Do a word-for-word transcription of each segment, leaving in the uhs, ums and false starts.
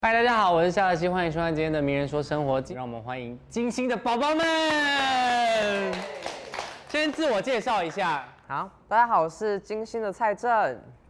嗨，大家好，我是夏乐西，欢迎收看今天的《名人说生活》，让我们欢迎金星的宝宝们。先自我介绍一下， 好，大家好，我是金星的蔡正。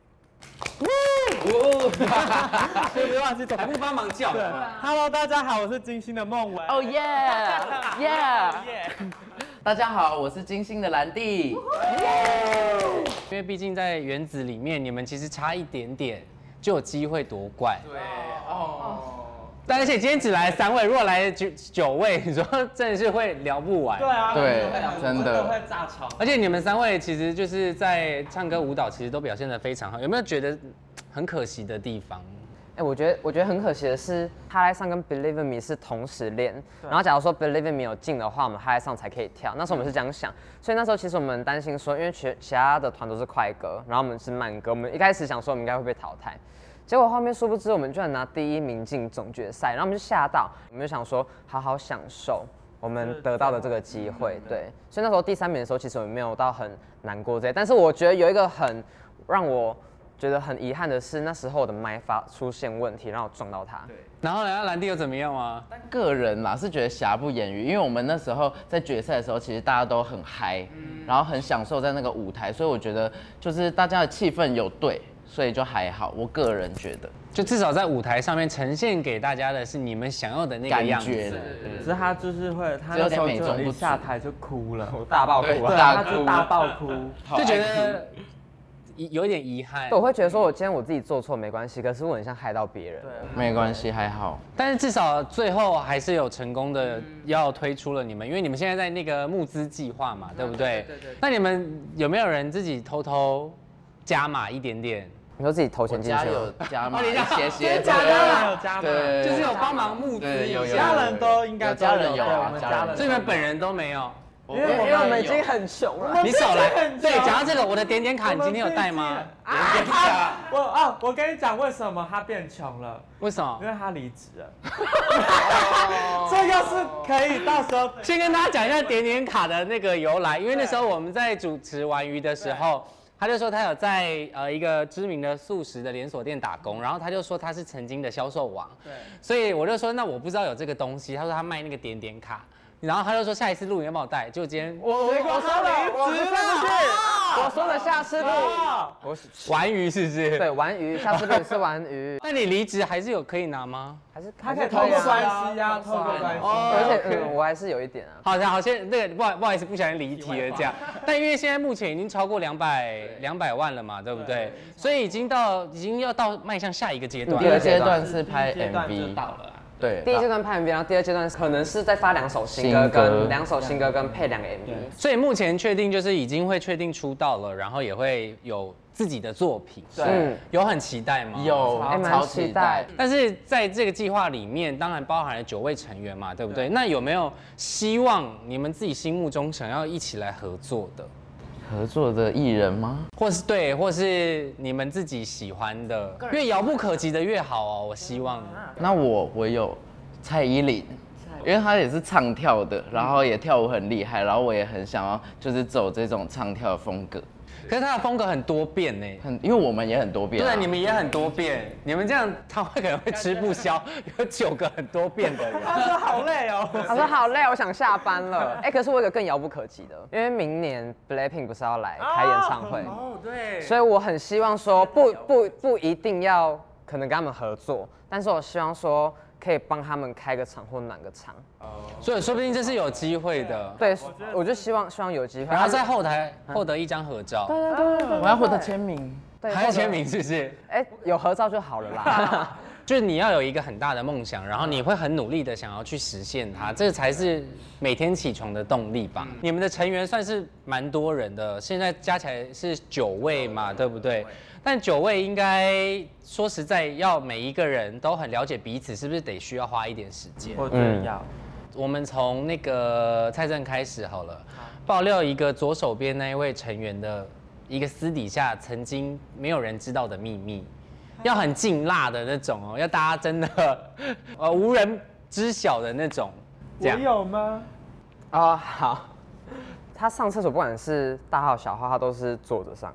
对不对？忘记走，还不帮忙叫。 对 ，Hello， 大家好，我是金星的孟文。 哦耶耶！ 大家好，我是金星的兰弟。 因为毕竟在原子里面，你们其实差一点点就有机会夺冠。 对哦。 但而且今天只来三位，如果来九九位，你说真的是会聊不完。 对啊， 对，真的会炸场。 而且你们三位其实就是在唱歌、舞蹈，其实都表现得非常好。有没有觉得很可惜的地方？ 哎，我觉得我觉得很可惜的是，哈莱上跟 Believe in Me 是同时练，然后假如说 Believe in Me 有进的话，我们哈莱上才可以跳。那时候我们是这样想，所以那时候其实我们担心说，因为其其他的团都是快歌，然后我们是慢歌，我们一开始想说我们应该会被淘汰。结果后面殊不知，我们居然拿第一名进总决赛，然后我们就吓到，我们就想说好好享受我们得到的这个机会，对。所以那时候第三名的时候，其实我们没有到很难过这些，但是我觉得有一个很让我觉得很遗憾的是，那时候我的麦发出现问题，让我撞到它。对。 然后呢，兰弟又怎么样吗？ 但个人啦是觉得瑕不掩瑜，因为我们那时候在决赛的时候，其实大家都很嗨，嗯、然后很享受在那个舞台，所以我觉得就是大家的气氛有对。所以就还好，我个人觉得， 就至少在舞台上面呈现给大家的是你们想要的那个样子。 只是他就是会，他那时候就一下台就哭了， 大爆哭， 对，他就大爆哭， 就觉得有一点遗憾。 对，我会觉得说我今天我自己做错没关系，可是我很像害到别人。 对， 没关系，还好。 但是至少最后还是有成功的要推出了你们，因为你们现在在那个募资计划嘛，对不对？对对。那你们有没有人自己偷偷加码一点点？ 你说自己投钱进去？ 家有加码一些些， 家人有加码， 对， 就是有帮忙募资一下。 家人都应该家人有啊， 家人。 所以你们本人都没有。 因为因为我们已经很穷了。 你少来。对，讲到这个，我的点点卡你今天有带吗？ 点点卡。我啊，我跟你讲，为什么他变穷了？ 为什么？ 因为他离职了。这要是可以，到时候先跟大家讲一下点点卡的那个由来，因为那时候我们在主持玩鱼的时候。他就说他有在呃一个知名的素食的连锁店打工，然后他就说他是曾经的销售王，对，所以我就说那我不知道有这个东西，他说他卖那个点点卡，然后他就说下一次录影要帮我带，就今天我我我说的我是不是我说的下次录， 我玩鱼是不是？ 对，玩鱼，下次录是玩鱼。 那你离职还是有可以拿吗？ 还是他可以透过关系呀，透过关系。 而且嗯，我还是有一点啊。 好的，好，先那个不好不好意思，不小心离题了这样。但因为现在目前已经超过两百两百万了嘛，对不对？所以已经到已经要到迈向下一个阶段。 第二阶段是拍 M V 到了。 对， 第一阶段拍 M V， 然后第二阶段可能是再发两首新歌跟两首新歌跟配两个 M V。 所以目前确定就是已经会确定出道了，然后也会有自己的作品。 对， 有很期待吗？ 有，超期待。 但是在这个计划里面，当然包含了九位成员嘛，对不对？那有没有希望你们自己心目中想要一起来合作的？ 合作的艺人吗？ 或是对，或是你们自己喜欢的，越遥不可及的越好哦。我希望。 那我我有蔡依林，因为她也是唱跳的，然后也跳舞很厉害，然后我也很想要就是走这种唱跳的风格。 可是她的风格很多变呢， 很，因为我们也很多变、啊。 对，你们也很多变，你们这样他会可能会吃不消，有九个很多变的人。 他说好累哦， 他说好累，我想下班了。哎、欸，可是我有个更遥不可及的，因为明年 Blackpink 不是要来开演唱会哦，对，所以我很希望说不不不一定要可能跟他们合作，但是我希望说可以帮他们开个场或暖个场。 所以说不定这是有机会的。 对，我就希望希望有机会。 然后在后台获得一张合照。 对对对对， 我要获得签名。 对， 还要签名是不是？ 哎，有合照就好了啦。 就是你要有一个很大的梦想，然后你会很努力的想要去实现它，这才是每天起床的动力吧。你们的成员算是蛮多人的，现在加起来是九位嘛，对不对？但九位应该说实在，要每一个人都很了解彼此，是不是得需要花一点时间？ 我觉得要。 我们从那个蔡正开始好了，爆料一个左手边那一位成员的一个私底下曾经没有人知道的秘密，要很劲辣的那种哦，要大家真的呃无人知晓的那种。 我有吗？ 哦，好。他上厕所不管是大号小号，他都是坐着上。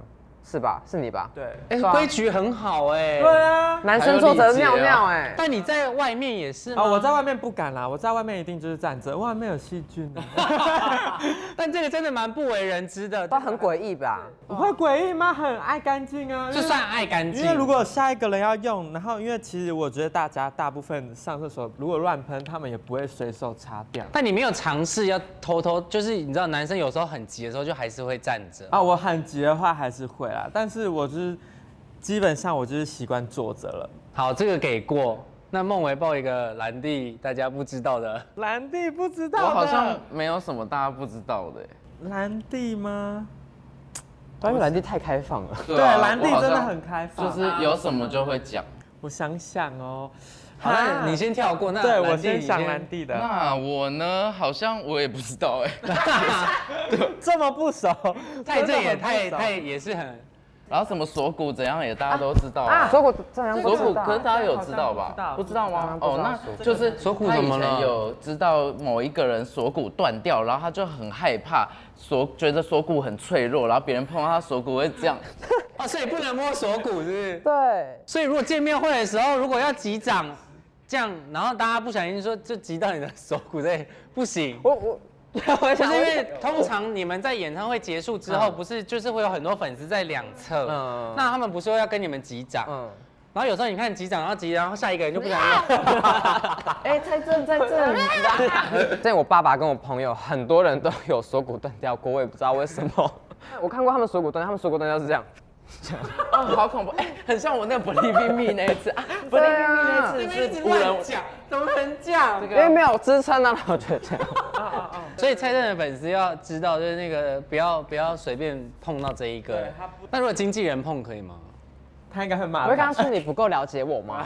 是吧？是你吧？ 对， 哎， 对啊规矩很好哎。 对啊。 男生坐着尿尿哎。 但你在外面也是吗？ 啊，我在外面不敢啦，我在外面一定就是站着，外面有细菌啊。 但这个真的蛮不为人知的， 都很诡异吧？ 不会诡异吗？很爱干净啊， 就算爱干净。 因为如果下一个人要用，然后因为其实我觉得大家大部分上厕所如果乱喷，他们也不会随手擦掉。 但你没有尝试要偷偷，就是你知道男生有时候很急的时候就还是会站着啊，我很急的话还是会啦，但是我就是基本上我就是习惯坐着了。 好，这个给过。那孟维报一个兰弟大家不知道的， 兰弟不知道的， 我好像没有什么大家不知道的。 兰弟吗？ 因为兰弟太开放了。 对，兰弟真的很开放， 就是有什么就会讲。 我想想哦， 好，那你先跳过。那对我先想兰弟的。 那我呢？好像我也不知道哎。 这么不熟， 太这也太太也是很。 然后什么锁骨怎样也大家都知道啊，锁骨怎样？ 锁骨可是大家有知道吧？不知道吗？哦，那就是锁骨怎么了？ 有知道某一个人锁骨断掉，然后他就很害怕锁，觉得锁骨很脆弱，然后别人碰到他锁骨会这样。 哦，所以不能摸锁骨，是不是？ 对。 所以如果见面会的时候，如果要击掌，这样，然后大家不小心说就击到你的锁骨，对，不行。 我我。 就是因为通常你们在演唱会结束之后，不是就是会有很多粉丝在两侧，嗯，那他们不是会要跟你们击掌，嗯，然后有时候你看击掌，然后击，然后下一个人就不想要， 哎，在这在这，在我爸爸跟我朋友，很多人都有锁骨断掉过，我也不知道为什么。我看过他们锁骨断掉，他们锁骨断掉是这样。 哦，好恐怖！哎、欸，很像我那个 Believe in Me 那一次啊 ，Believe in Me 那一次是无人讲，怎么能讲？ 因为没有支撑啊，我觉得这样。 所以蔡正的粉丝要知道，就是那个不要不要随便碰到这一个。那如果经纪人碰可以吗？ 他应该会骂。 我会跟他说你不够了解我吗？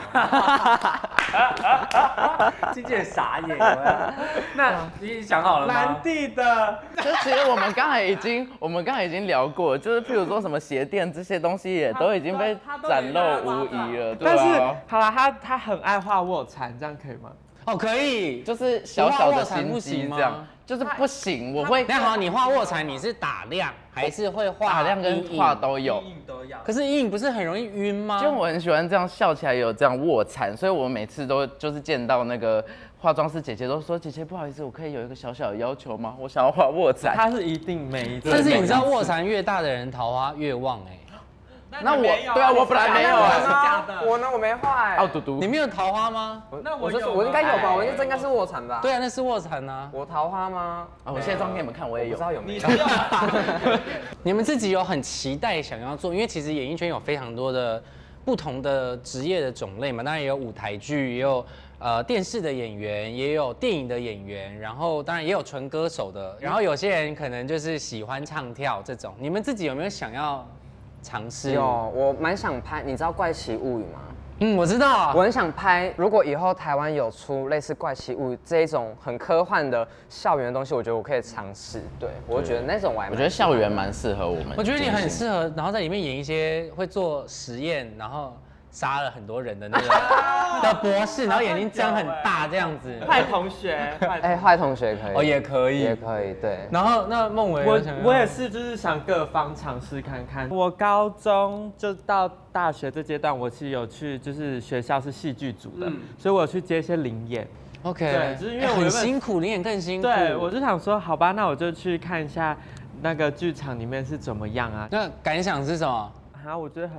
经纪人傻眼。那你想好了吗？ 兰弟的， 就其实我们刚才已经，我们刚才已经聊过，就是譬如说什么鞋垫这些东西也都已经被展露无遗了，对吧？ 但是好了，他他很爱画卧蚕，这样可以吗？ 哦，可以， 就是小小的心机这样，就是不行。我会。 那好，你画卧蚕，你是打亮还是会画？ 打亮跟画都有。 都要。 可是阴影不是很容易晕吗？ 就我很喜欢这样笑起来有这样卧蚕，所以我每次都就是见到那个化妆师姐姐都说：“姐姐不好意思，我可以有一个小小的要求吗？我想要画卧蚕。” 他是一定每一次。 但是你知道卧蚕越大的人桃花越旺哎。 那我对啊，我本来没有啊，我呢我没画哎。 哦，嘟嘟， 你没有桃花吗？ 那我就是我应该有吧，我这应该是卧蚕吧？ 对啊，那是卧蚕啊。 我桃花吗？ 啊，我现在装给你们看，我也有。 不知道有没有？ 你们自己有很期待想要做，因为其实演艺圈有非常多的不同的职业的种类嘛，当然也有舞台剧，也有呃电视的演员，也有电影的演员，然后当然也有纯歌手的，然后有些人可能就是喜欢唱跳这种。你们自己有没有想要？尝试有，我蛮想拍，你知道《怪奇物语》吗？ 嗯，我知道， 我很想拍。如果以后台湾有出类似《怪奇物语》这一种很科幻的校园的东西，我觉得我可以尝试。对，我觉得那种我还我觉得校园蛮适合我们。 我觉得你很适合，然后在里面演一些会做实验，然后杀了很多人的那个的博士，然后眼睛睁很大这样子。 坏同学， 哎，坏同学可以哦，也可以， 也可以，对。 然后那孟维， 我我也是，就是想各方尝试看看。我高中就到大学这阶段，我其实有去，就是学校是戏剧组的，嗯、所以我有去接一些临演。 OK， 对，就是因为我很辛苦，临演更辛苦。 对，我就想说，好吧，那我就去看一下那个剧场里面是怎么样啊？ 那感想是什么？ 啊，我觉得很。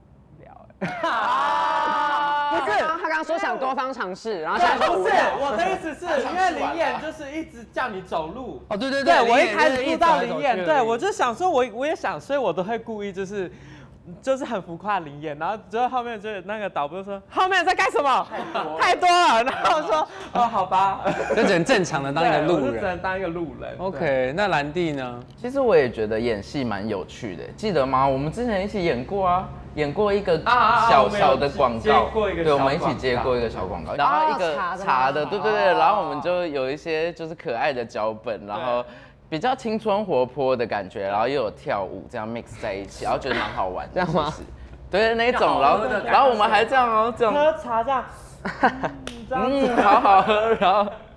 不是，他刚刚说想多方尝试，然后现在说不是，我的意思是因为灵演就是一直叫你走路。 哦，对对对， 对我一开始不知道灵演，对我就想说我我也想，所以我都会故意就是就是很浮夸灵演，然后之后后面就那个导播说后面在干什么？太多了，然后我说哦好吧， 就只能正常的当一个路人， 只能当一个路人。 OK， 那兰弟呢？ 其实我也觉得演戏蛮有趣的，记得吗？我们之前一起演过啊。演过一个小小的广告，对，我们一起接过一个小广告，然后一个茶的，对对对，然后我们就有一些就是可爱的脚本，然后比较青春活泼的感觉，然后又有跳舞，这样 mix 在一起，然后觉得蛮好玩， 这样吗？ 对，那种，然后然后我们还这样哦，这样喝茶这样， 嗯，好好喝，然后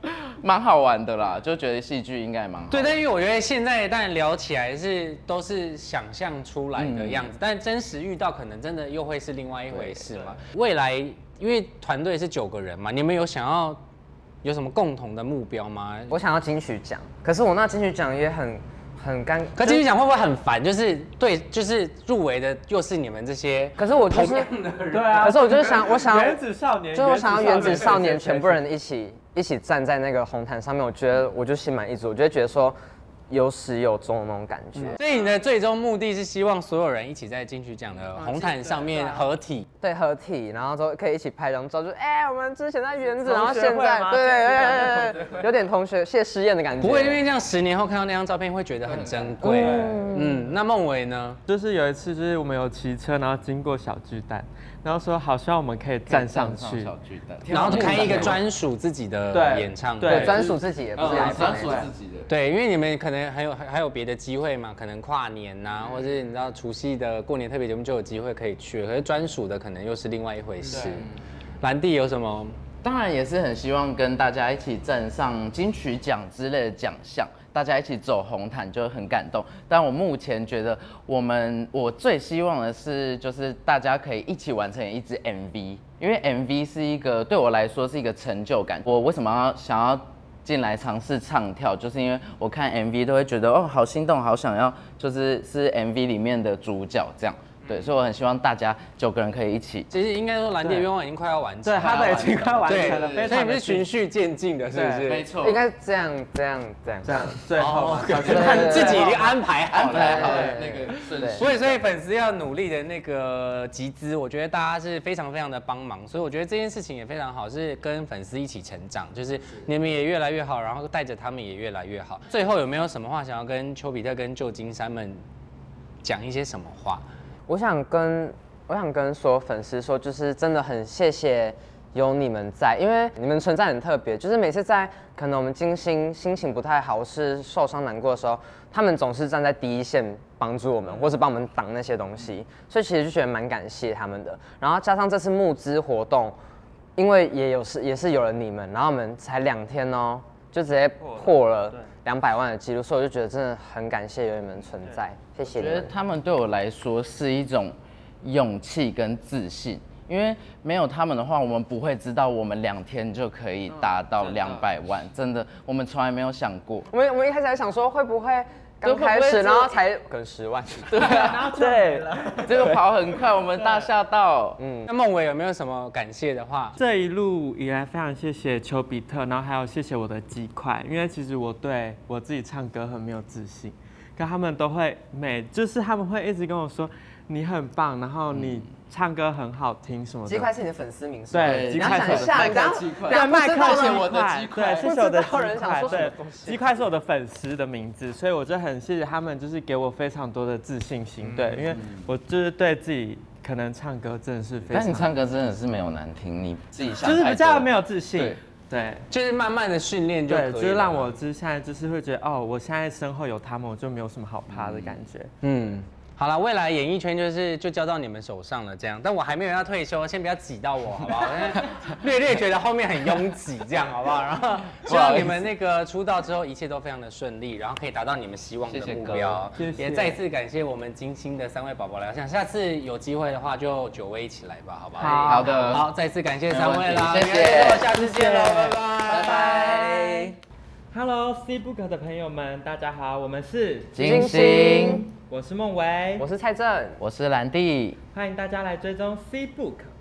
蛮好玩的啦，就觉得戏剧应该蛮好。 对，但因为我觉得现在当然聊起来是都是想象出来的样子，嗯、但真实遇到可能真的又会是另外一回事嘛。未来因为团队是九个人嘛，你们有想要有什么共同的目标吗？ 我想要金曲奖，可是我那金曲奖也很。很尴， 可金曲奖会不会很烦？就是对，就是入围的又是你们这些， 可是我就是对啊， 可是我就是想，我想原子少年， 就是我想要原子少年全部人一起一起站在那个红毯上面，我觉得我就心满意足，我就觉得说有始有终的那种感觉。 所以你的最终目的是希望所有人一起在金曲奖的红毯上面合体， 对，合体，然后都可以一起拍张照，就哎、欸，我们之前在原子，然后现在，对对对对对，有点同学谢师宴的感觉。 不会，因为这样十年后看到那张照片会觉得很珍贵。嗯，那孟伟呢？ 就是有一次，就是我们有骑车，然后经过小巨蛋，然后说好希望我们可以站上去， 小巨蛋， 然后开一个专属自己的演唱会， 对，专属自己也不是专属自己的。 对，因为你们可能还有还有别的机会嘛，可能跨年呐、啊，或者是你知道除夕的过年特别节目就有机会可以去，可是专属的可能又是另外一回事。兰弟有什么？ 当然也是很希望跟大家一起站上金曲奖之类的奖项，大家一起走红毯就很感动。但我目前觉得我们我最希望的是，就是大家可以一起完成一支 M V， 因为 M V 是一个对我来说是一个成就感。我为什么要想要进来尝试唱跳，就是因为我看 M V 都会觉得哦好心动，好想要就是是 M V 里面的主角这样。对，所以我很希望大家九个人可以一起。 其实应该说兰弟的愿望已经快要完成， 对，他的已经快完成了， 所以你们是循序渐进的，是不是？ 没错， 应该这样这样这样这样，最后他自己已经安排好了， 安排好了那个顺序。 所以，所以粉丝要努力的那个集资，我觉得大家是非常非常的帮忙，所以我觉得这件事情也非常好，是跟粉丝一起成长，就是你们也越来越好，然后带着他们也越来越好。最后有没有什么话想要跟丘比特跟旧金山们讲一些什么话？ 我想跟我想跟所有粉丝说，就是真的很谢谢有你们在，因为你们存在很特别。就是每次在可能我们金星心情不太好，是受伤难过的时候，他们总是站在第一线帮助我们，或是帮我们挡那些东西。所以其实就觉得蛮感谢他们的。然后加上这次募资活动，因为也有是也是有了你们，然后我们才两天哦，就直接破了两百万的记录，所以我就觉得真的很感谢有你们存在，谢谢你们。 我觉得他们对我来说是一种勇气跟自信，因为没有他们的话，我们不会知道我们两天就可以达到两百万，真的，我们从来没有想过。 我们我们一开始还想说会不会刚开始，然后才可能十万， 对啊，对，这个跑很快，我们大吓到。 嗯，那孟伟有没有什么感谢的话？ 这一路以来非常谢谢丘比特，然后还有谢谢我的鸡块，因为其实我对我自己唱歌很没有自信，可他们都会每就是他们会一直跟我说你很棒，然后你唱歌很好听什么的。 鸡块是你的粉丝名， 对， 你要想一下，你刚刚对麦克是我的鸡块，对，是我的鸡块， 对， 鸡块是我的粉丝的名字，所以我就很谢谢他们，就是给我非常多的自信心，对，因为我就是对自己可能唱歌真的是非常， 但你唱歌真的是没有难听，你自己想就是比较没有自信。对， 就是慢慢的训练就可以了。 对，就是让我就是现在就是会觉得哦，我现在身后有他们，我就没有什么好怕的感觉。 嗯，好了，未来演艺圈就是就交到你们手上了，这样。但我还没有要退休，先不要挤到我，好不好？略略觉得后面很拥挤，这样好不好？然后希望你们那个出道之后一切都非常的顺利，然后可以达到你们希望的目标。 谢谢， 也再次感谢我们金星的三位宝宝来想下次有机会的话就九位一起来吧，好不好？ 好的， 好，再次感谢三位啦， 谢谢， 下次见喽，拜拜， 拜拜。 Hello C Book 的朋友们，大家好，我们是金星， 我是孟维， 我是蔡正， 我是兰弟， 欢迎大家来追踪 C Book。